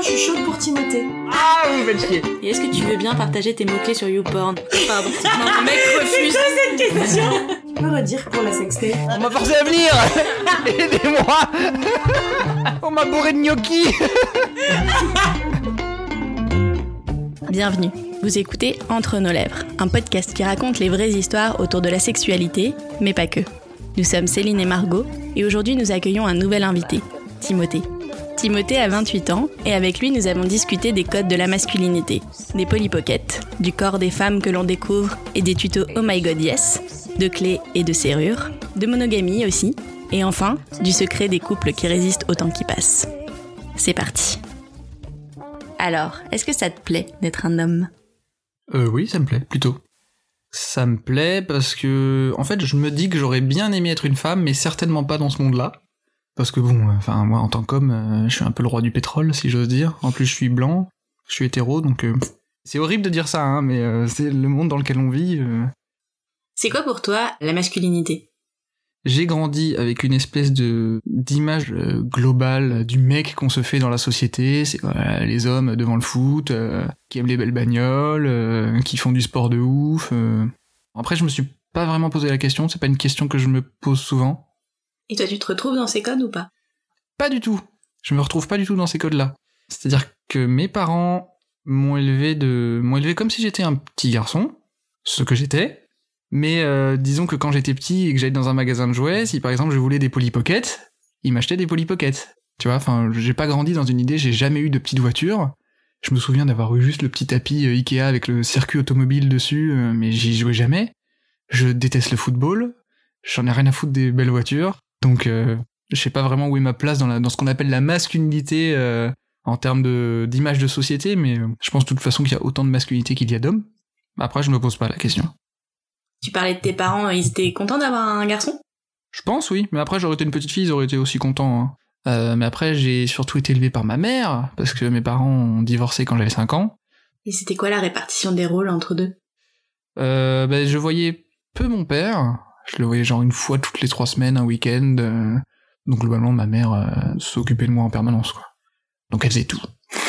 je suis chaude pour Timothée. Ah, vous faites chier. Et est-ce que tu veux bien partager tes mots-cles sur YouPorn? Pardon. Non, le mec refuse. C'est quoi cette question? Tu peux redire pour la sextape? On m'a forcé à venir. Aidez-moi. On m'a bourré de gnocchi. Bienvenue. Vous écoutez Entre nos lèvres, un podcast qui raconte les vraies histoires autour de la sexualité, mais pas que. Nous sommes Céline et Margot, et aujourd'hui nous accueillons un nouvel invité, Timothée. Timothée a 28 ans, et avec lui nous avons discuté des codes de la masculinité, des polypockets, du corps des femmes que l'on découvre et des tutos Oh my god yes, de clés et de serrures, de monogamie aussi, et enfin, du secret des couples qui résistent au temps qui passe. C'est parti. Alors, est-ce que ça te plaît d'être un homme ? Oui, ça me plaît, plutôt. Ça me plaît parce que, en fait, je me dis que j'aurais bien aimé être une femme, mais certainement pas dans ce monde-là. Parce que bon, enfin, moi, en tant qu'homme, je suis un peu le roi du pétrole, si j'ose dire. En plus, je suis blanc, je suis hétéro, donc c'est horrible de dire ça, hein, mais c'est le monde dans lequel on vit. C'est quoi pour toi la masculinité ? J'ai grandi avec une espèce d'image globale du mec qu'on se fait dans la société. C'est voilà, les hommes devant le foot, qui aiment les belles bagnoles, qui font du sport de ouf. Après, je me suis pas vraiment posé la question. C'est pas une question que je me pose souvent. Et toi, tu te retrouves dans ces codes ou pas ? Pas du tout. Je me retrouve pas du tout dans ces codes-là. C'est-à-dire que mes parents m'ont élevé comme si j'étais un petit garçon, ce que j'étais. Mais disons que quand j'étais petit et que j'allais dans un magasin de jouets, si par exemple je voulais des Polly Pocket, ils m'achetaient des Polly Pocket. Tu vois, enfin, j'ai pas grandi dans une idée, j'ai jamais eu de petite voiture. Je me souviens d'avoir eu juste le petit tapis Ikea avec le circuit automobile dessus, mais j'y jouais jamais. Je déteste le football, j'en ai rien à foutre des belles voitures, donc je sais pas vraiment où est ma place dans ce qu'on appelle la masculinité en termes d'image de société, mais je pense de toute façon qu'il y a autant de masculinité qu'il y a d'hommes. Après, je me pose pas la question. Tu parlais de tes parents, ils étaient contents d'avoir un garçon ? Je pense, oui. Mais après, j'aurais été une petite fille, ils auraient été aussi contents. Hein. Mais après, j'ai surtout été élevé par ma mère, parce que mes parents ont divorcé quand j'avais 5 ans. Et c'était quoi la répartition des rôles entre deux ? Je voyais peu mon père. Je le voyais genre une fois toutes les 3 semaines, un week-end. Donc globalement, ma mère s'occupait de moi en permanence, quoi. Donc elle faisait tout.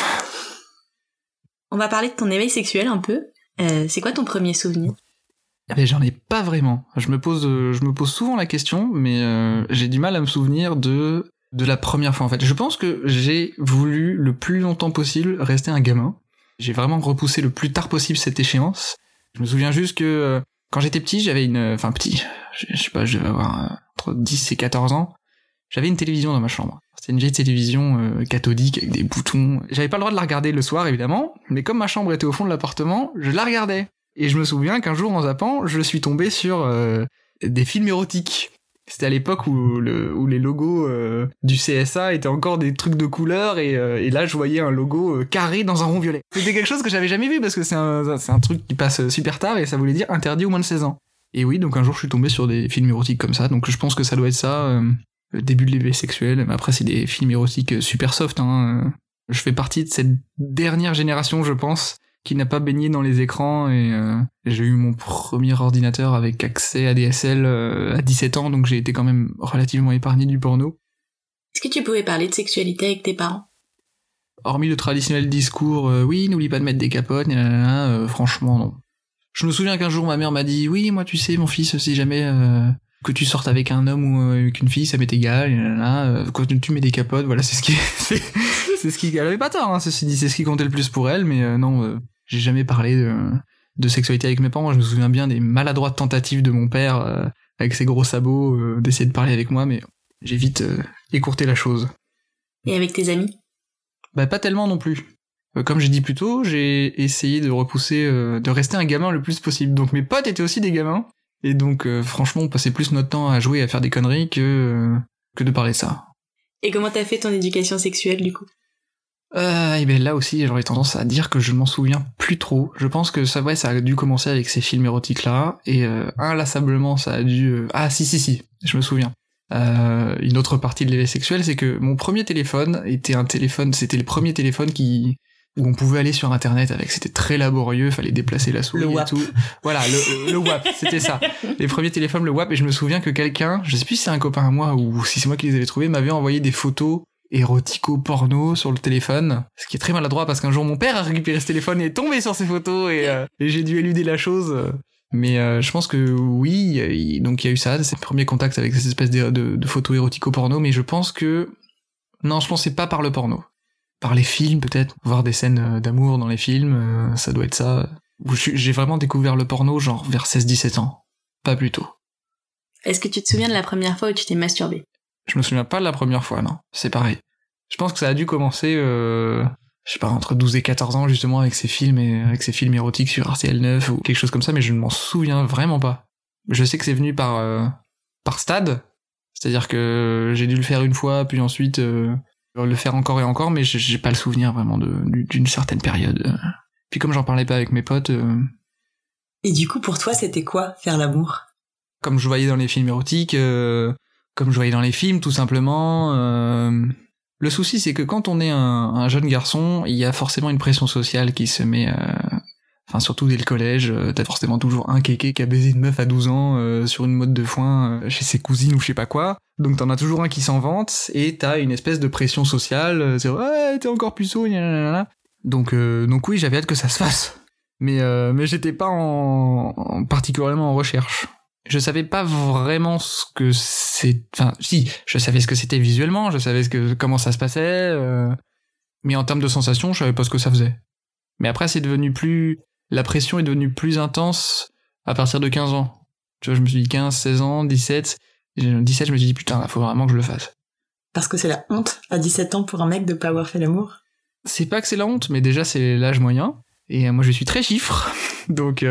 On va parler de ton éveil sexuel un peu. C'est quoi ton premier souvenir ? Mais j'en ai pas vraiment. Je me pose souvent la question, mais j'ai du mal à me souvenir de la première fois en fait. Je pense que j'ai voulu le plus longtemps possible rester un gamin. J'ai vraiment repoussé le plus tard possible cette échéance. Je me souviens juste que quand j'étais petit, j'avais je sais pas, je devais avoir entre 10 et 14 ans. J'avais une télévision dans ma chambre. C'était une vieille télévision cathodique avec des boutons. J'avais pas le droit de la regarder le soir évidemment, mais comme ma chambre était au fond de l'appartement, je la regardais. Et je me souviens qu'un jour, en zappant, je suis tombé sur des films érotiques. C'était à l'époque où les logos du CSA étaient encore des trucs de couleur, et là, je voyais un logo carré dans un rond violet. C'était quelque chose que j'avais jamais vu, parce que c'est un truc qui passe super tard, et ça voulait dire interdit aux moins de 16 ans. Et oui, donc un jour, je suis tombé sur des films érotiques comme ça, donc je pense que ça doit être ça, le début de l'éveil sexuel. Mais après, c'est des films érotiques super soft, hein. Je fais partie de cette dernière génération, je pense, qui n'a pas baigné dans les écrans, et j'ai eu mon premier ordinateur avec accès ADSL à 17 ans, donc j'ai été quand même relativement épargné du porno. Est-ce que tu pouvais parler de sexualité avec tes parents ? Hormis le traditionnel discours oui, n'oublie pas de mettre des capotes, franchement non. Je me souviens qu'un jour ma mère m'a dit oui, moi tu sais mon fils, si jamais que tu sortes avec un homme ou avec une fille, ça m'est égal, quand tu mets des capotes, voilà, c'est ce qui elle avait pas tort, hein, ceci dit, c'est ce qui comptait le plus pour elle, mais non, j'ai jamais parlé de sexualité avec mes parents. Moi, je me souviens bien des maladroites tentatives de mon père avec ses gros sabots d'essayer de parler avec moi, mais j'ai vite écourté la chose. Et avec tes amis ? Pas tellement non plus. Comme j'ai dit plus tôt, j'ai essayé de repousser, de rester un gamin le plus possible. Donc mes potes étaient aussi des gamins, et donc franchement, on passait plus notre temps à jouer, à faire des conneries que de parler de ça. Et comment t'as fait ton éducation sexuelle du coup ? Et ben là aussi, j'aurais tendance à dire que je m'en souviens plus trop. Je pense que ça a dû commencer avec ces films érotiques-là, et inlassablement, ça a dû... Ah si, je me souviens. Une autre partie de l'éveil sexuel, c'est que mon premier téléphone c'était le premier téléphone où on pouvait aller sur internet avec, c'était très laborieux, fallait déplacer la souris et tout. Voilà, le WAP, c'était ça. Les premiers téléphones, le WAP, et je me souviens que quelqu'un, je sais plus si c'est un copain à moi ou si c'est moi qui les avais trouvés, m'avait envoyé des photos érotico-porno sur le téléphone, ce qui est très maladroit parce qu'un jour mon père a récupéré ce téléphone et est tombé sur ces photos et j'ai dû éluder la chose. Mais je pense que oui, donc il y a eu ça, c'est le premier contact avec cette espèce de photos érotico-porno, mais je pense que c'est pas par le porno. Par les films peut-être, voir des scènes d'amour dans les films, ça doit être ça. J'ai vraiment découvert le porno genre vers 16-17 ans, pas plus tôt. Est-ce que tu te souviens de la première fois où tu t'es masturbé ? Je me souviens pas de la première fois, non, c'est pareil. Je pense que ça a dû commencer, entre 12 et 14 ans justement avec ces films érotiques sur RTL 9 ou quelque chose comme ça, mais je ne m'en souviens vraiment pas. Je sais que c'est venu par stade, c'est-à-dire que j'ai dû le faire une fois, puis ensuite le faire encore et encore, mais j'ai pas le souvenir vraiment d'une certaine période. Puis comme j'en parlais pas avec mes potes... Et du coup, pour toi, c'était quoi, faire l'amour ? Comme je voyais dans les films érotiques, comme je voyais dans les films, tout simplement... Le souci, c'est que quand on est un jeune garçon, il y a forcément une pression sociale qui se met... surtout dès le collège, t'as forcément toujours un kéké qui a baisé une meuf à 12 ans sur une mode de foin chez ses cousines ou je sais pas quoi. Donc t'en as toujours un qui s'en vante, et t'as une espèce de pression sociale, c'est « Ouais, t'es encore puceau, gna. Donc oui, j'avais hâte que ça se fasse. Mais j'étais pas particulièrement en recherche. Je savais pas vraiment ce que c'est... Enfin, si, je savais ce que c'était visuellement, je savais comment ça se passait, mais en termes de sensations, je savais pas ce que ça faisait. Mais après, la pression est devenue plus intense à partir de 15 ans. Tu vois, je me suis dit 15, 16 ans, 17. 17, je me suis dit, putain, il faut vraiment que je le fasse. Parce que c'est la honte, à 17 ans, pour un mec de pas avoir fait l'amour ? C'est pas que c'est la honte, mais déjà, c'est l'âge moyen. Et moi, je suis très chiffre. Donc,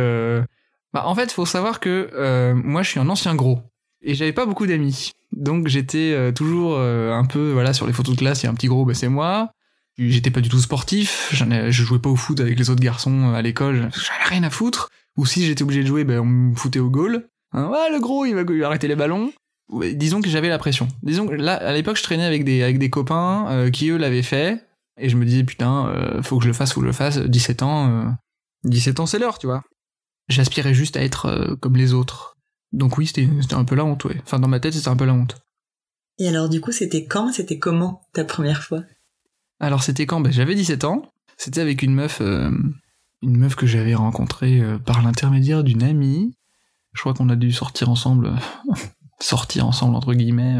en fait, faut savoir que moi, je suis un ancien gros. Et j'avais pas beaucoup d'amis. Donc, j'étais toujours un peu, sur les photos de classe, il y a un petit gros, c'est moi. J'étais pas du tout sportif, je jouais pas au foot avec les autres garçons à l'école, j'avais rien à foutre. Ou si j'étais obligé de jouer, on me foutait au goal. Ouais, le gros, il va arrêter les ballons. Ouais, disons que j'avais la pression. Disons que là, à l'époque, je traînais avec des copains qui, eux, l'avaient fait. Et je me disais, putain, faut que je le fasse. 17 ans, c'est l'heure, tu vois. J'aspirais juste à être comme les autres. Donc oui, c'était un peu la honte, ouais. Enfin, dans ma tête, c'était un peu la honte. Et alors, du coup, c'était comment, ta première fois ? Alors c'était quand ? J'avais 17 ans, c'était avec une meuf que j'avais rencontrée par l'intermédiaire d'une amie. Je crois qu'on a dû sortir ensemble entre guillemets,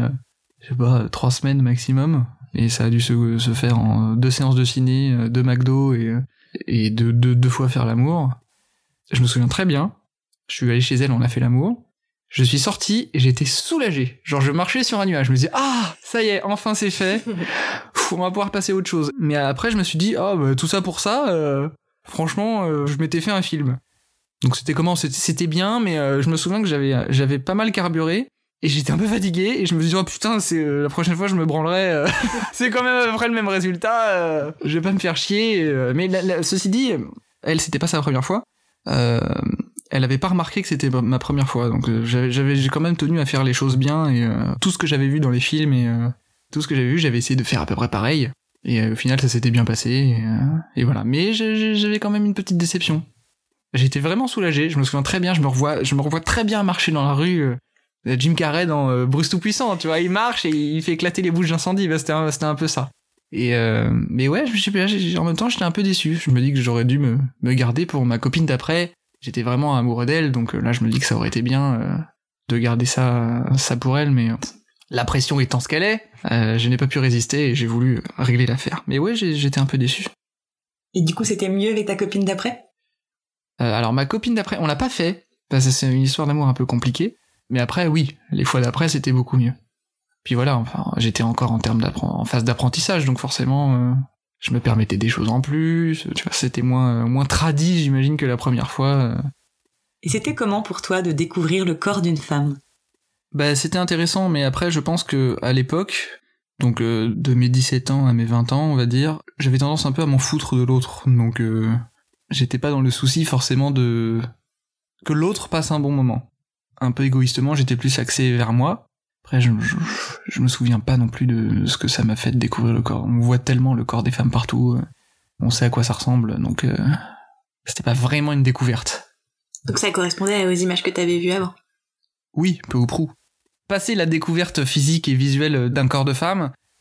3 semaines maximum, et ça a dû se faire en 2 séances de ciné, 2 McDo et 2 fois faire l'amour. Je me souviens très bien, je suis allé chez elle, on a fait l'amour. Je suis sorti et j'étais soulagé. Genre, je marchais sur un nuage. Je me disais, ça y est, enfin c'est fait. On va pouvoir passer à autre chose. Mais après, je me suis dit, tout ça pour ça, franchement, je m'étais fait un film. Donc c'était comment ? C'était bien, mais je me souviens que j'avais pas mal carburé et j'étais un peu fatigué et je me suis dit, putain, la prochaine fois je me branlerai. C'est quand même à peu près le même résultat. Je vais pas me faire chier. Mais ceci dit, elle, c'était pas sa première fois. Elle avait pas remarqué que c'était ma première fois, donc j'ai quand même tenu à faire les choses bien, et tout ce que j'avais vu dans les films et tout ce que j'avais vu, j'avais essayé de faire à peu près pareil, et au final ça s'était bien passé, et voilà. Mais j'avais quand même une petite déception. J'étais vraiment soulagé, je me souviens très bien, je me revois très bien marcher dans la rue, Jim Carrey dans Bruce Tout-Puissant, tu vois, il marche et il fait éclater les bouches d'incendie, c'était un peu ça. Et mais ouais, en même temps j'étais un peu déçu, je me dis que j'aurais dû me garder pour ma copine d'après. J'étais vraiment amoureux d'elle, donc là je me dis que ça aurait été bien de garder ça pour elle, mais la pression étant ce qu'elle est, je n'ai pas pu résister et j'ai voulu régler l'affaire. Mais ouais, j'étais un peu déçu. Et du coup, c'était mieux avec ta copine d'après ? Alors ma copine d'après, on l'a pas fait, parce que c'est une histoire d'amour un peu compliquée, mais après oui, les fois d'après c'était beaucoup mieux. Puis voilà, enfin, j'étais encore en phase d'apprentissage, donc forcément... je me permettais des choses en plus, tu vois, c'était moins tradi, j'imagine, que la première fois. Et c'était comment pour toi de découvrir le corps d'une femme ? C'était intéressant, mais après, je pense que à l'époque, donc de mes 17 ans à mes 20 ans, on va dire, j'avais tendance un peu à m'en foutre de l'autre, donc j'étais pas dans le souci forcément que l'autre passe un bon moment. Un peu égoïstement, j'étais plus axé vers moi. Après, je me souviens pas non plus de ce que ça m'a fait de découvrir le corps. On voit tellement le corps des femmes partout, on sait à quoi ça ressemble, donc c'était pas vraiment une découverte. Donc ça correspondait aux images que t'avais vues avant ? Oui, peu ou prou. Passer la découverte physique et visuelle d'un corps de femme,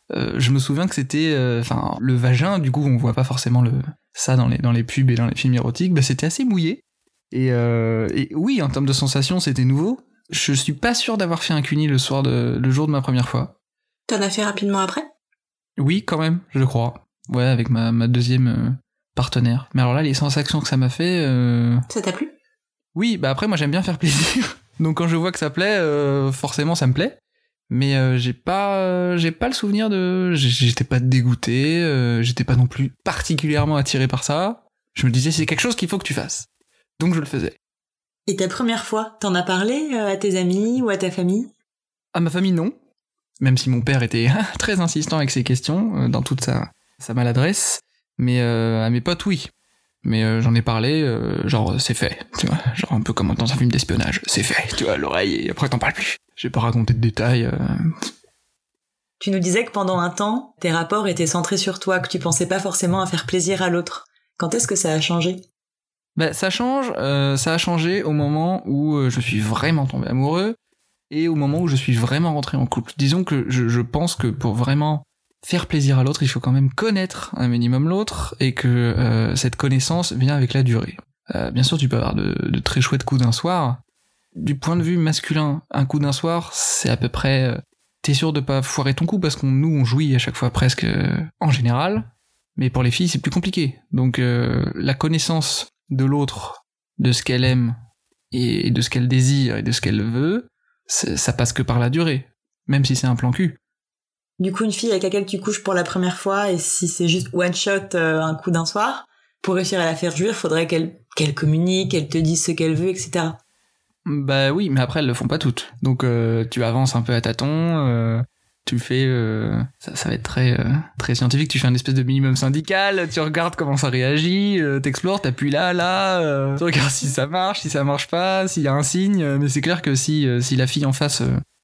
je me souviens que c'était, le vagin, du coup, on voit pas forcément ça dans les pubs et dans les films érotiques, bah, c'était assez mouillé. Et oui, en termes de sensations, c'était nouveau. Je suis pas sûr d'avoir fait un cuni le jour de ma première fois. T'en as fait rapidement après ? Oui, quand même, je crois. Ouais, avec ma deuxième partenaire. Mais alors là, les sensations que ça m'a fait... Ça t'a plu ? Oui, bah après, moi, j'aime bien faire plaisir. Donc quand je vois que ça plaît, forcément, ça me plaît. Mais j'ai pas le souvenir j'étais pas dégoûté, j'étais pas non plus particulièrement attiré par ça. Je me disais, c'est quelque chose qu'il faut que tu fasses. Donc je le faisais. Et ta première fois, t'en as parlé à tes amis ou à ta famille ? À ma famille, non. Même si mon père était très insistant avec ses questions, dans toute sa maladresse. Mais à mes potes, oui. Mais j'en ai parlé, genre, c'est fait, tu vois. Genre un peu comme dans un film d'espionnage. C'est fait, tu vois, à l'oreille, et après t'en parles plus. J'ai pas raconté de détails. Tu nous disais que pendant un temps, tes rapports étaient centrés sur toi, que tu pensais pas forcément à faire plaisir à l'autre. Quand est-ce que ça a changé ? Bah, ça a changé au moment où je suis vraiment tombé amoureux et au moment où je suis vraiment rentré en couple. Disons que je pense que pour vraiment faire plaisir à l'autre, il faut quand même connaître un minimum l'autre et que cette connaissance vient avec la durée. Bien sûr, tu peux avoir de très chouettes coups d'un soir. Du point de vue masculin, un coup d'un soir, c'est à peu près... t'es sûr de pas foirer ton coup parce on jouit à chaque fois presque en général. Mais pour les filles, c'est plus compliqué. Donc la connaissance de l'autre, de ce qu'elle aime, et de ce qu'elle désire, et de ce qu'elle veut, ça passe que par la durée. Même si c'est un plan cul. Du coup, une fille avec laquelle tu couches pour la première fois, et si c'est juste one shot, un coup d'un soir, pour réussir à la faire jouir, faudrait qu'elle communique, qu'elle te dise ce qu'elle veut, etc. Bah oui, mais après elles le font pas toutes. Donc tu avances un peu à tâtons, tu fais... ça va être très scientifique, tu fais un espèce de minimum syndical, tu regardes comment ça réagit, t'explores, t'appuies là, tu regardes si ça marche pas, s'il y a un signe, mais c'est clair que si la fille en face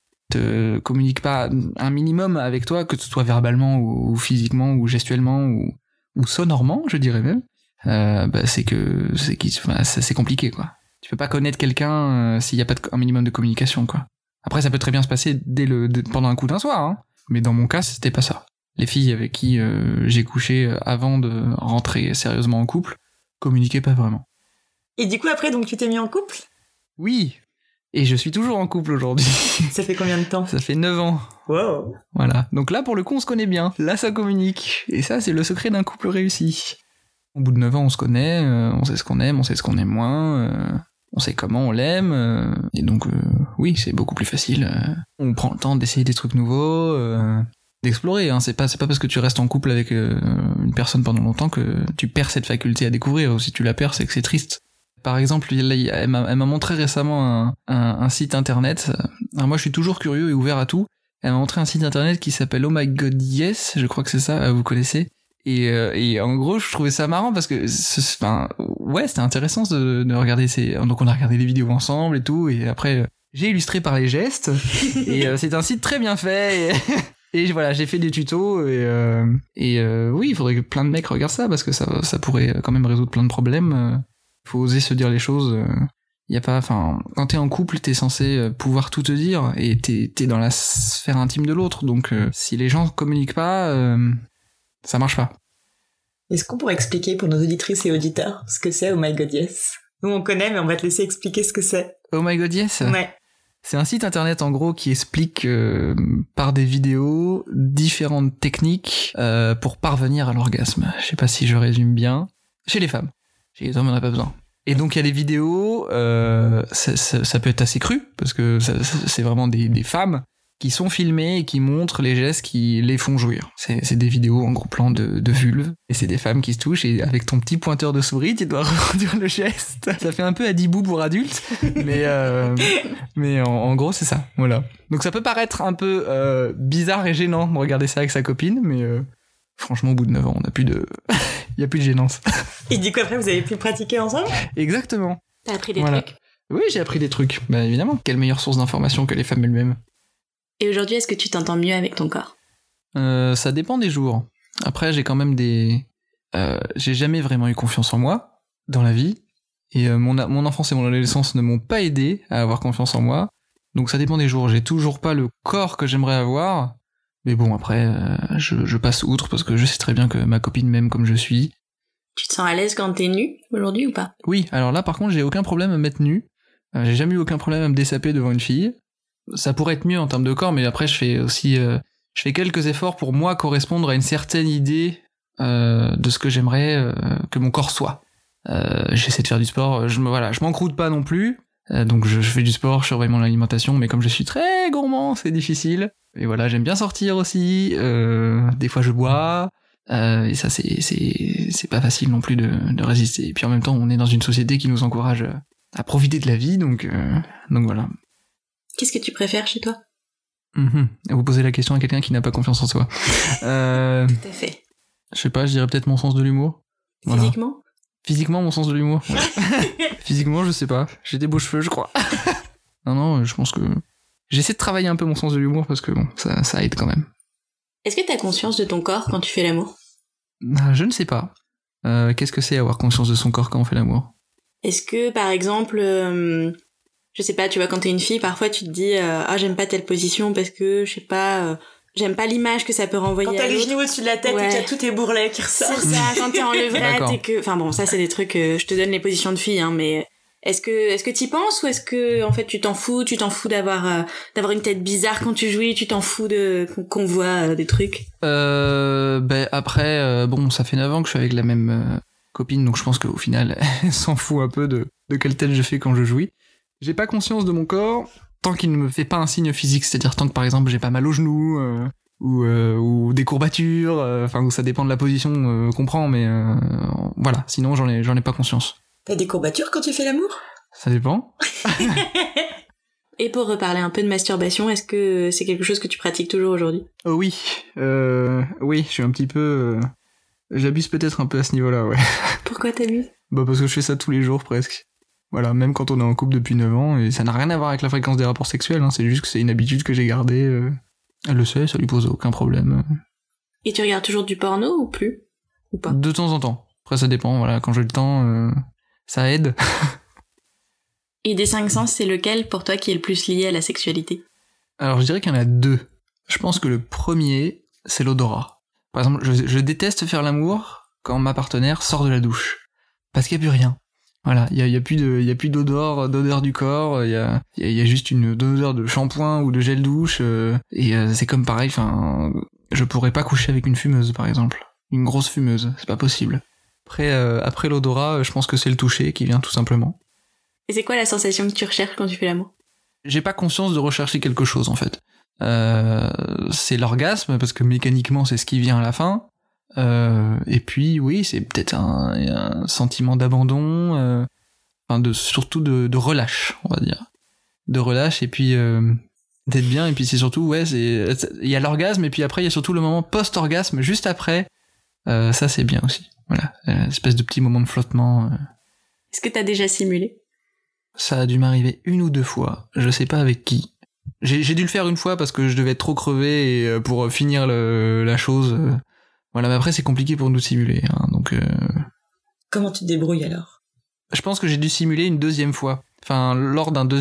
te communique pas un minimum avec toi, que ce soit verbalement ou physiquement ou gestuellement ou sonorement, je dirais même, bah c'est compliqué quoi. Tu peux pas connaître quelqu'un s'il y a pas un minimum de communication quoi. Après ça peut très bien se passer pendant un coup d'un soir, hein. Mais dans mon cas c'était pas ça. Les filles avec qui j'ai couché avant de rentrer sérieusement en couple communiquaient pas vraiment. Et du coup après donc tu t'es mis en couple ? Oui. Et je suis toujours en couple aujourd'hui. Ça fait combien de temps ? Ça fait 9 ans. Wow. Voilà. Donc là, pour le coup, on se connaît bien. Là, ça communique. Et ça, c'est le secret d'un couple réussi. Au bout de 9 ans, on se connaît, on sait ce qu'on aime, on sait ce qu'on aime moins, on sait comment on l'aime. Et donc, oui, c'est beaucoup plus facile. On prend le temps d'essayer des trucs nouveaux, d'explorer. Hein. C'est pas parce que tu restes en couple avec une personne pendant longtemps que tu perds cette faculté à découvrir. Ou si tu la perds, c'est que c'est triste. Par exemple, elle m'a montré récemment un site internet. Alors moi, je suis toujours curieux et ouvert à tout. Elle m'a montré un site internet qui s'appelle Oh My God Yes, je crois que c'est ça, vous connaissez. Et en gros, je trouvais ça marrant parce que, c'était intéressant de regarder donc on a regardé des vidéos ensemble et tout, et après, j'ai illustré par les gestes, et c'est un site très bien fait, et voilà, j'ai fait des tutos, et oui, il faudrait que plein de mecs regardent ça parce que ça pourrait quand même résoudre plein de problèmes. Faut oser se dire les choses. Quand t'es en couple, t'es censé pouvoir tout te dire et t'es dans la sphère intime de l'autre. Donc, si les gens communiquent pas, ça marche pas. Est-ce qu'on pourrait expliquer pour nos auditrices et auditeurs ce que c'est Oh My God Yes ? Nous, on connaît, mais on va te laisser expliquer ce que c'est. Oh My God Yes ? Ouais. C'est un site internet, en gros, qui explique par des vidéos différentes techniques pour parvenir à l'orgasme. Je sais pas si je résume bien. Chez les femmes. Chez les hommes, on n'a pas besoin. Et donc, il y a des vidéos, ça peut être assez cru, parce que c'est vraiment des femmes qui sont filmées et qui montrent les gestes qui les font jouir. C'est des vidéos en gros plan de vulve, et c'est des femmes qui se touchent, et avec ton petit pointeur de souris, tu dois reproduire le geste. Ça fait un peu Adibou pour adultes, mais en gros, c'est ça, voilà. Donc ça peut paraître un peu bizarre et gênant de regarder ça avec sa copine, mais... franchement, au bout de 9 ans, on a plus de... Il y a plus de gênance. Et du coup, après, vous avez pu pratiquer ensemble ? Exactement. T'as appris des trucs ? Oui, j'ai appris des trucs. Bah évidemment. Quelle meilleure source d'information que les femmes elles-mêmes. Et aujourd'hui, est-ce que tu t'entends mieux avec ton corps ? Ça dépend des jours. Après, j'ai quand même j'ai jamais vraiment eu confiance en moi, dans la vie. Et mon enfance et mon adolescence ne m'ont pas aidé à avoir confiance en moi. Donc ça dépend des jours. J'ai toujours pas le corps que j'aimerais avoir. Mais bon, après, je passe outre parce que je sais très bien que ma copine m'aime comme je suis. Tu te sens à l'aise quand t'es nu aujourd'hui ou pas? Oui, alors là par contre j'ai aucun problème à me mettre nu. J'ai jamais eu aucun problème à me dessaper devant une fille. Ça pourrait être mieux en termes de corps, mais après je fais quelques efforts pour moi correspondre à une certaine idée de ce que j'aimerais que mon corps soit. J'essaie de faire du sport, je m'encroute pas non plus. Donc je fais du sport, je surveille mon alimentation, mais comme je suis très gourmand, c'est difficile. Et voilà, j'aime bien sortir aussi. Des fois je bois. Et ça c'est pas facile non plus de résister. Et puis en même temps, on est dans une société qui nous encourage à profiter de la vie, donc voilà. Qu'est-ce que tu préfères chez toi? Vous posez la question à quelqu'un qui n'a pas confiance en soi. Tout à fait. Je sais pas, je dirais peut-être mon sens de l'humour. Physiquement? Voilà. Physiquement, mon sens de l'humour. Ouais. Physiquement, je sais pas. J'ai des beaux cheveux, je crois. Non, je pense que j'essaie de travailler un peu mon sens de l'humour parce que bon, ça aide quand même. Est-ce que t'as conscience de ton corps quand tu fais l'amour? Je ne sais pas. Qu'est-ce que c'est avoir conscience de son corps quand on fait l'amour? Est-ce que, par exemple, je sais pas, tu vois, quand t'es une fille, parfois tu te dis j'aime pas telle position parce que, je sais pas, j'aime pas l'image que ça peut renvoyer à l'autre. Quand t'as les genoux au-dessus de la tête et que t'as tous tes bourrelets qui ressortent. C'est ça, quand t'es en levrette et que... Enfin bon, ça c'est des trucs... je te donne les positions de fille, hein, mais... Est-ce que t'y penses ou est-ce que en fait tu t'en fous d'avoir une tête bizarre quand tu jouis, tu t'en fous qu'on voit des trucs? Après bon, ça fait 9 ans que je suis avec la même copine, donc je pense qu'au final elle s'en fout un peu de quelle tête je fais quand je jouis. J'ai pas conscience de mon corps tant qu'il ne me fait pas un signe physique, c'est-à-dire tant que par exemple j'ai pas mal aux genoux ou des courbatures, enfin ça dépend de la position qu'on prend, mais voilà, sinon j'en ai pas conscience. T'as des courbatures quand tu fais l'amour? Ça dépend. Et pour reparler un peu de masturbation, est-ce que c'est quelque chose que tu pratiques toujours aujourd'hui? Oui, je suis un petit peu... j'abuse peut-être un peu à ce niveau-là, ouais. Pourquoi t'abuses? Parce que je fais ça tous les jours presque. Voilà, même quand on est en couple depuis 9 ans, et ça n'a rien à voir avec la fréquence des rapports sexuels, hein, c'est juste que c'est une habitude que j'ai gardée. Elle le sait, ça lui pose aucun problème. Et tu regardes toujours du porno ou plus? Ou pas? De temps en temps. Après ça dépend, voilà, quand j'ai le temps... ça aide. Et des 5 sens, c'est lequel pour toi qui est le plus lié à la sexualité? Alors je dirais qu'il y en a 2. Je pense que le premier, c'est l'odorat. Par exemple, je déteste faire l'amour quand ma partenaire sort de la douche. Parce qu'il n'y a plus rien. Voilà, il y a plus d'odeur du corps, il y a juste une odeur de shampoing ou de gel douche, et c'est comme pareil, enfin, je pourrais pas coucher avec une fumeuse par exemple. Une grosse fumeuse, c'est pas possible. Après l'odorat, je pense que c'est le toucher qui vient tout simplement. Et c'est quoi la sensation que tu recherches quand tu fais l'amour? J'ai pas conscience de rechercher quelque chose en fait. C'est l'orgasme parce que mécaniquement c'est ce qui vient à la fin. Et puis oui, c'est peut-être un sentiment d'abandon, surtout de relâche, on va dire. De relâche et puis d'être bien. Et puis c'est surtout il y a l'orgasme et puis après il y a surtout le moment post-orgasme juste après. Ça c'est bien aussi. Voilà, espèce de petit moment de flottement. Est-ce que t'as déjà simulé? Ça a dû m'arriver 1 ou 2 fois, je sais pas avec qui. J'ai dû le faire une fois parce que je devais être trop crevé et pour finir la chose. Voilà, mais après c'est compliqué pour nous simuler, hein, donc... Comment tu te débrouilles alors? Je pense que j'ai dû simuler une 2e fois. Enfin, lors d'une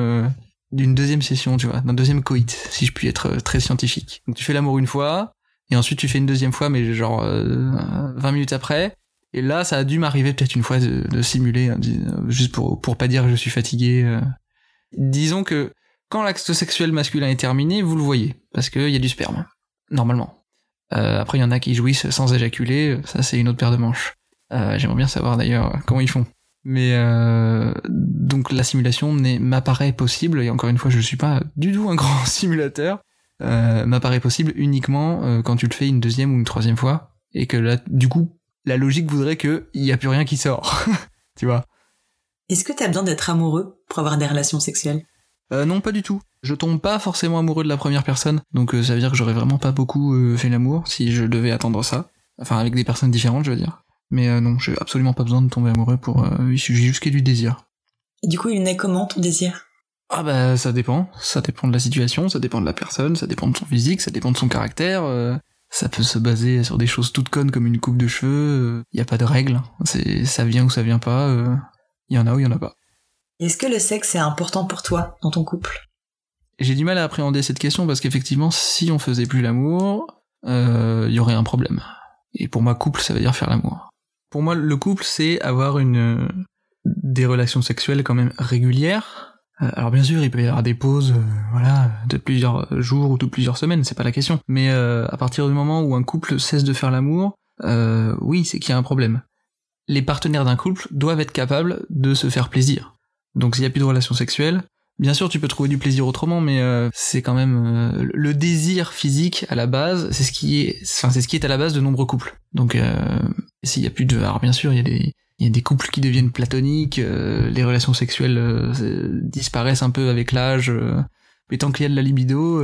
2e session, tu vois, d'un 2e coït, si je puis être très scientifique. Donc tu fais l'amour une fois, et ensuite tu fais une 2e fois, mais genre 20 minutes après. Et là, ça a dû m'arriver peut-être une fois de simuler, hein, juste pour pas dire que je suis fatigué. Disons que quand l'acte sexuel masculin est terminé, vous le voyez, parce qu'il y a du sperme, normalement. Après, il y en a qui jouissent sans éjaculer, ça c'est une autre paire de manches. J'aimerais bien savoir d'ailleurs comment ils font. Mais donc la simulation m'apparaît possible, et encore une fois, je suis pas du tout un grand simulateur, m'apparaît possible uniquement quand tu le fais une 2e ou une 3e fois, et que là, du coup, la logique voudrait qu'il y a plus rien qui sort, tu vois. Est-ce que t'as besoin d'être amoureux pour avoir des relations sexuelles? Non, pas du tout. Je tombe pas forcément amoureux de la première personne, donc ça veut dire que j'aurais vraiment pas beaucoup fait l'amour si je devais attendre ça. Enfin, avec des personnes différentes, je veux dire. Mais non, j'ai absolument pas besoin de tomber amoureux pour... il suffit juste qu'il y ait du désir. Et du coup, il naît comment, ton désir? Ah bah, ça dépend. Ça dépend de la situation, ça dépend de la personne, ça dépend de son physique, ça dépend de son caractère. Ça peut se baser sur des choses toutes connes comme une coupe de cheveux. Y a pas de règle. Ça vient ou ça vient pas. Y en a ou y en a pas. Est-ce que le sexe est important pour toi, dans ton couple? J'ai du mal à appréhender cette question parce qu'effectivement, si on faisait plus l'amour, il y aurait un problème. Et pour moi, couple, ça veut dire faire l'amour. Pour moi, le couple, c'est avoir des relations sexuelles quand même régulières. Alors bien sûr, il peut y avoir des pauses, de plusieurs jours ou de plusieurs semaines, c'est pas la question. Mais à partir du moment où un couple cesse de faire l'amour, oui, c'est qu'il y a un problème. Les partenaires d'un couple doivent être capables de se faire plaisir. Donc s'il y a plus de relations sexuelles, bien sûr tu peux trouver du plaisir autrement, mais c'est quand même le désir physique à la base, c'est ce qui est à la base de nombreux couples. Donc s'il y a plus de, alors bien sûr il y a des couples qui deviennent platoniques, les relations sexuelles disparaissent un peu avec l'âge, mais tant qu'il y a de la libido,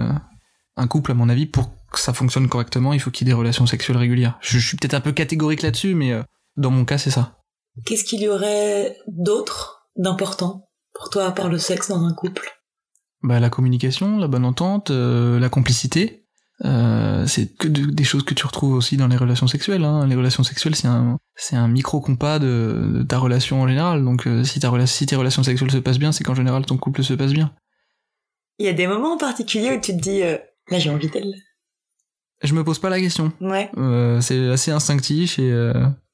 un couple, à mon avis, pour que ça fonctionne correctement, il faut qu'il y ait des relations sexuelles régulières. Je suis peut-être un peu catégorique là-dessus, mais dans mon cas, c'est ça. Qu'est-ce qu'il y aurait d'autre d'important pour toi à part le sexe dans un couple? La communication, la bonne entente, la complicité. C'est que des choses que tu retrouves aussi dans les relations sexuelles. Hein. Les relations sexuelles, c'est un micro-compas de ta relation en général. Donc si tes relations sexuelles se passent bien, c'est qu'en général ton couple se passe bien. Il y a des moments en particulier où tu te dis là j'ai envie d'elle. Je me pose pas la question. Ouais. C'est assez instinctif et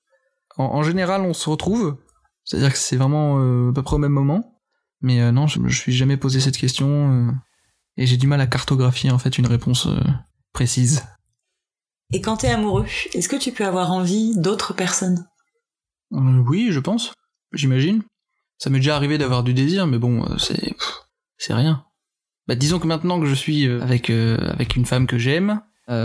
en général on se retrouve. C'est-à-dire que c'est vraiment à peu près au même moment. Mais non, je me suis jamais posé cette question et j'ai du mal à cartographier en fait une réponse précise. Et quand t'es amoureux, est-ce que tu peux avoir envie d'autres personnes? Oui, je pense. J'imagine. Ça m'est déjà arrivé d'avoir du désir, mais bon, c'est rien. Disons que maintenant que je suis avec une femme que j'aime,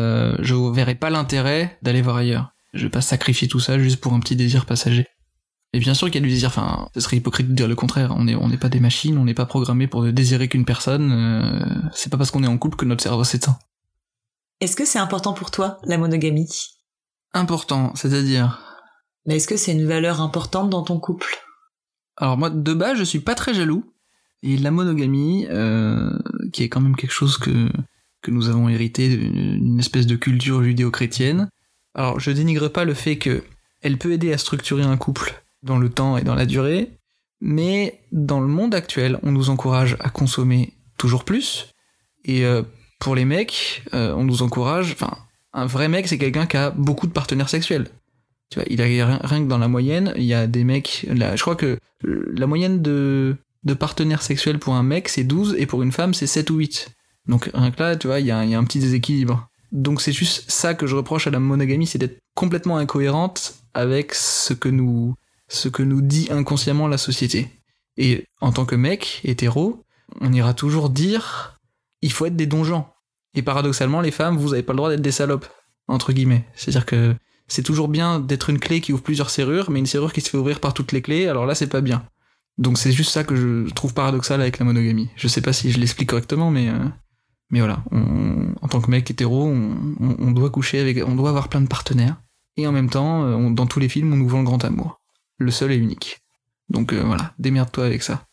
je verrai pas l'intérêt d'aller voir ailleurs. Je vais pas sacrifier tout ça juste pour un petit désir passager. Et bien sûr qu'il y a du désir, ce serait hypocrite de dire le contraire. On n'est pas des machines, on n'est pas programmé pour ne désirer qu'une personne. C'est pas parce qu'on est en couple que notre cerveau s'éteint. Est-ce que c'est important pour toi, la monogamie? Important, c'est-à-dire? Est-ce que c'est une valeur importante dans ton couple? Alors moi, de base, je suis pas très jaloux. Et la monogamie, qui est quand même quelque chose que nous avons hérité d'une espèce de culture judéo-chrétienne. Alors, je dénigre pas le fait que elle peut aider à structurer un couple dans le temps et dans la durée, mais dans le monde actuel, on nous encourage à consommer toujours plus, et pour les mecs, on nous encourage... un vrai mec, c'est quelqu'un qui a beaucoup de partenaires sexuels. Tu vois, rien que dans la moyenne, il y a des mecs... je crois que la moyenne de partenaires sexuels pour un mec, c'est 12, et pour une femme, c'est 7 ou 8. Donc rien que là, tu vois, il y a un petit déséquilibre. Donc c'est juste ça que je reproche à la monogamie, c'est d'être complètement incohérente avec ce que nous dit inconsciemment la société. Et en tant que mec hétéro, on ira toujours dire il faut être des donjons. Et paradoxalement, les femmes, vous avez pas le droit d'être des salopes, entre guillemets. C'est-à-dire que c'est toujours bien d'être une clé qui ouvre plusieurs serrures, mais une serrure qui se fait ouvrir par toutes les clés, alors là c'est pas bien. Donc c'est juste ça que je trouve paradoxal avec la monogamie. Je sais pas si je l'explique correctement, mais voilà. En tant que mec hétéro, on doit on doit avoir plein de partenaires. Et en même temps, dans tous les films, on nous vend le grand amour. Le seul et unique. Donc voilà, démerde-toi avec ça.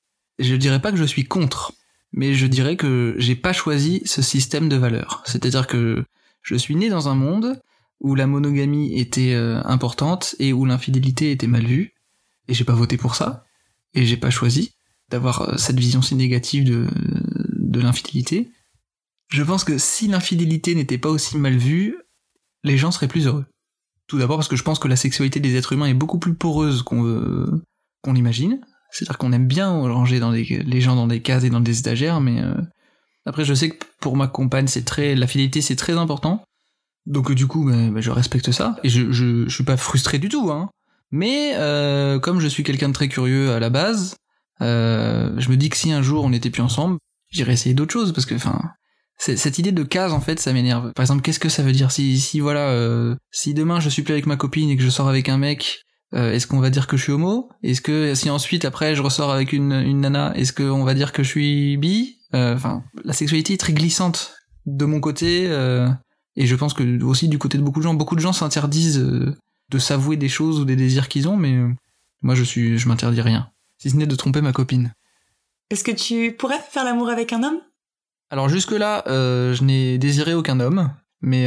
Je dirais pas que je suis contre, mais je dirais que j'ai pas choisi ce système de valeurs. C'est-à-dire que je suis né dans un monde où la monogamie était importante et où l'infidélité était mal vue. Et j'ai pas voté pour ça. Et j'ai pas choisi d'avoir cette vision si négative de l'infidélité. Je pense que si l'infidélité n'était pas aussi mal vue, les gens seraient plus heureux. Tout d'abord parce que je pense que la sexualité des êtres humains est beaucoup plus poreuse qu'on l'imagine. C'est-à-dire qu'on aime bien ranger les gens dans des cases et dans des étagères, mais après je sais que pour ma compagne la fidélité c'est très important. Donc du coup je respecte ça et je suis pas frustré du tout, hein. Mais comme je suis quelqu'un de très curieux à la base, je me dis que si un jour on n'était plus ensemble, j'irais essayer d'autres choses parce que cette idée de case, en fait, ça m'énerve. Par exemple, qu'est-ce que ça veut dire si demain je suis plus avec ma copine et que je sors avec un mec, est-ce qu'on va dire que je suis homo? Est-ce que si ensuite après je ressors avec une nana, est-ce qu'on va dire que je suis bi? La sexualité est très glissante de mon côté, et je pense que aussi du côté de beaucoup de gens s'interdisent de s'avouer des choses ou des désirs qu'ils ont, mais moi je m'interdis rien, si ce n'est de tromper ma copine. Est-ce que tu pourrais faire l'amour avec un homme? Alors jusque-là, je n'ai désiré aucun homme, mais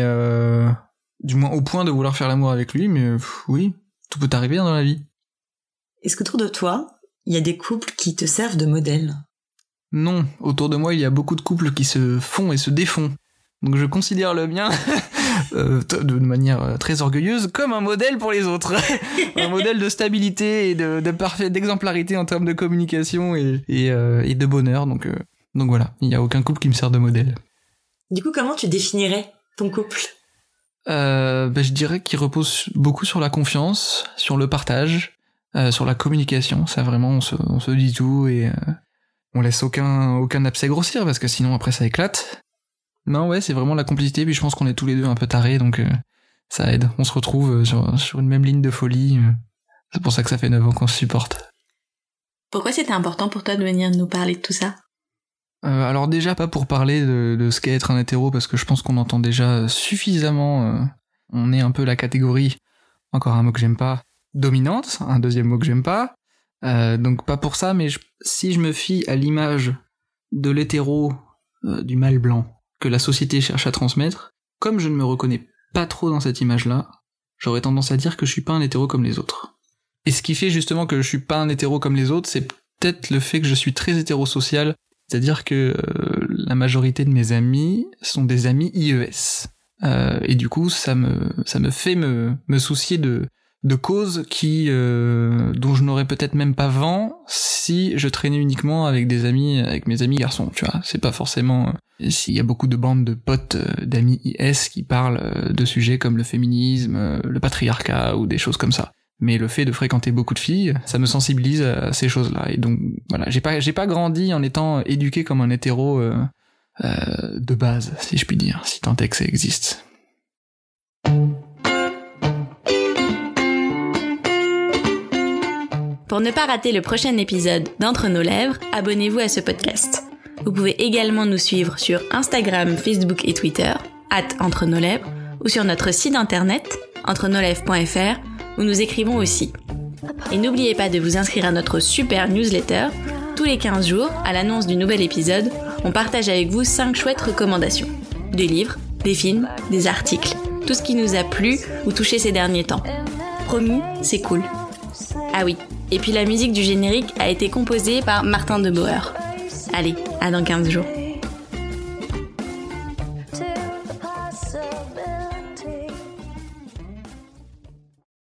du moins au point de vouloir faire l'amour avec lui, mais oui, tout peut arriver dans la vie. Est-ce qu'autour de toi, il y a des couples qui te servent de modèle? Non, autour de moi, il y a beaucoup de couples qui se font et se défont. Donc je considère le mien, de manière très orgueilleuse, comme un modèle pour les autres. Un modèle de stabilité et d'exemplarité en termes de communication et de bonheur. Donc voilà, il n'y a aucun couple qui me sert de modèle. Du coup, comment tu définirais ton couple ? Je dirais qu'il repose beaucoup sur la confiance, sur le partage, sur la communication. Ça vraiment, on se dit tout et on laisse aucun abcès grossir parce que sinon après ça éclate. Non, ouais, c'est vraiment la complicité, puis je pense qu'on est tous les deux un peu tarés, donc ça aide. On se retrouve sur une même ligne de folie. C'est pour ça que ça fait 9 ans qu'on se supporte. Pourquoi c'était important pour toi de venir nous parler de tout ça ? Alors déjà, pas pour parler de ce qu'est être un hétéro, parce que je pense qu'on entend déjà suffisamment... on est un peu la catégorie, encore un mot que j'aime pas, dominante, un deuxième mot que j'aime pas. Donc pas pour ça, mais si je me fie à l'image de l'hétéro du mâle blanc, que la société cherche à transmettre, comme je ne me reconnais pas trop dans cette image-là, j'aurais tendance à dire que je suis pas un hétéro comme les autres. Et ce qui fait justement que je suis pas un hétéro comme les autres, c'est peut-être le fait que je suis très hétérosocial, c'est-à-dire que la majorité de mes amis sont des amis IES. Et du coup, ça me fait me soucier de causes dont je n'aurais peut-être même pas vent si je traînais uniquement avec mes amis garçons, tu vois. C'est pas forcément... S'il y a beaucoup de bandes de potes d'amis IS qui parlent de sujets comme le féminisme, le patriarcat ou des choses comme ça. Mais le fait de fréquenter beaucoup de filles, ça me sensibilise à ces choses-là. Et donc, voilà, j'ai pas grandi en étant éduqué comme un hétéro de base, si je puis dire, si tant est que ça existe. Pour ne pas rater le prochain épisode d'Entre nos lèvres, abonnez-vous à ce podcast. Vous pouvez également nous suivre sur Instagram, Facebook et Twitter, @entrenoslèvres, ou sur notre site internet, entrenoslèvres.fr, où nous écrivons aussi. Et n'oubliez pas de vous inscrire à notre super newsletter. Tous les 15 jours, à l'annonce du nouvel épisode, on partage avec vous 5 chouettes recommandations. Des livres, des films, des articles, tout ce qui nous a plu ou touché ces derniers temps. Promis, c'est cool. Ah oui, et puis la musique du générique a été composée par Martin de Boer. Allez, à dans 15 jours.